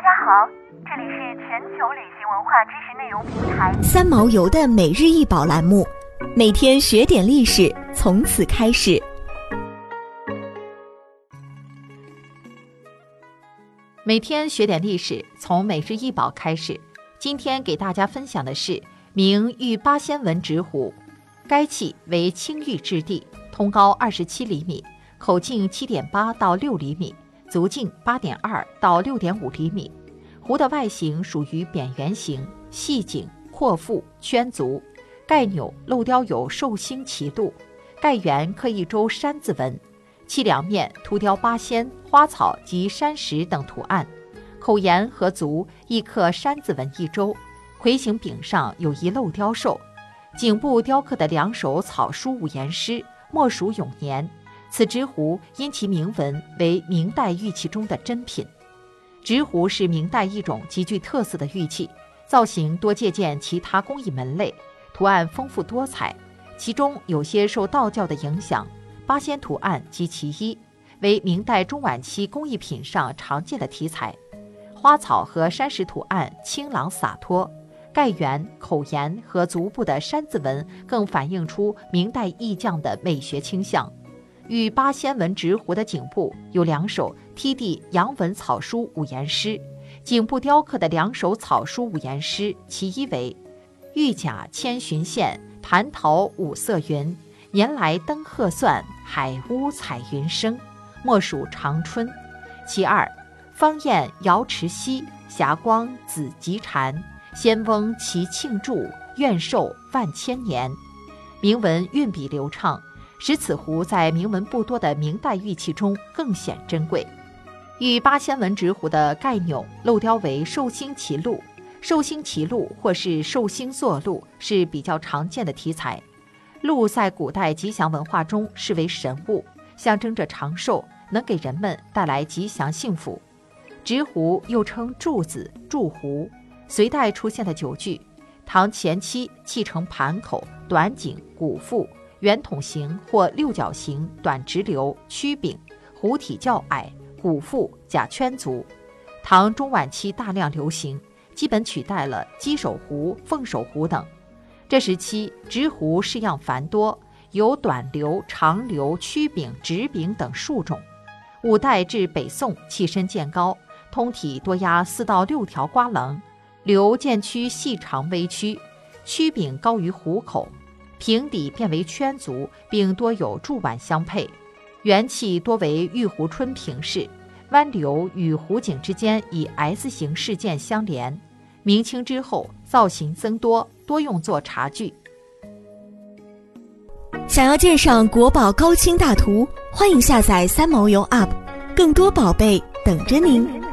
家好，这里是全球旅行文化知识内容平台三毛游的每日一宝栏目，每天学点历史，从此开始。 每天学点历史，从每日一宝开始。今天给大家分享的是明玉八仙纹直壶，该器为青玉质地，通高27厘米，口径7.8到6厘米，足径8.2到6.5厘米。壶的外形属于扁圆形，细颈，阔腹，圈足，盖钮镂雕有寿星旗鹿，盖圆刻一周山字纹，器两面涂雕八仙、花草及山石等图案，口沿和足亦刻山字纹一周，魁形柄上有一镂雕兽，颈部雕刻的两首草书五言诗，莫属永年。此直壶因其铭文为明代玉器中的珍品。直壶是明代一种极具特色的玉器，造型多借鉴其他工艺门类，图案丰富多彩，其中有些受道教的影响，八仙图案即其一，为明代中晚期工艺品上常见的题材。花草和山石图案清朗洒脱，盖圆、口沿和足部的山字纹更反映出明代艺匠的美学倾向。玉八仙纹直壶的颈部有两首梯地阳文草书五言诗，颈部雕刻的两首草书五言诗，其一为玉甲千寻现，蟠桃五色云，年来登鹤算，海屋彩云生，莫属长春。其二，芳艳瑶池溪，霞光紫极蝉，仙翁其庆祝，愿寿万千年。铭文运笔流畅，使此壶在铭文不多的明代玉器中更显珍贵。玉八仙纹直壶的盖钮镂雕为寿星旗鹿，寿星旗鹿或是寿星坐鹿是比较常见的题材。鹿在古代吉祥文化中视为神物，象征着长寿，能给人们带来吉祥幸福。直壶又称柱子、柱壶，隋代出现的酒具，唐前期器成盘口、短颈、鼓腹，圆筒形或六角形，短直流，曲柄，壶体较矮，鼓腹，假圈足。唐中晚期大量流行，基本取代了鸡首壶、凤首壶等。这时期直壶式样繁多，有短流、长流、曲柄、直柄等数种。五代至北宋器身渐高，通体多压4到6条瓜棱，流渐趋细长微曲，曲柄高于壶口，平底变为圈足，并多有柱碗相配。元器多为玉壶春平式，弯流与壶颈之间以 S 形饰件相连。明清之后造型增多，多用作茶具。 想要鉴赏国宝高清大图，欢迎下载三毛游 App， 更多宝贝等着您。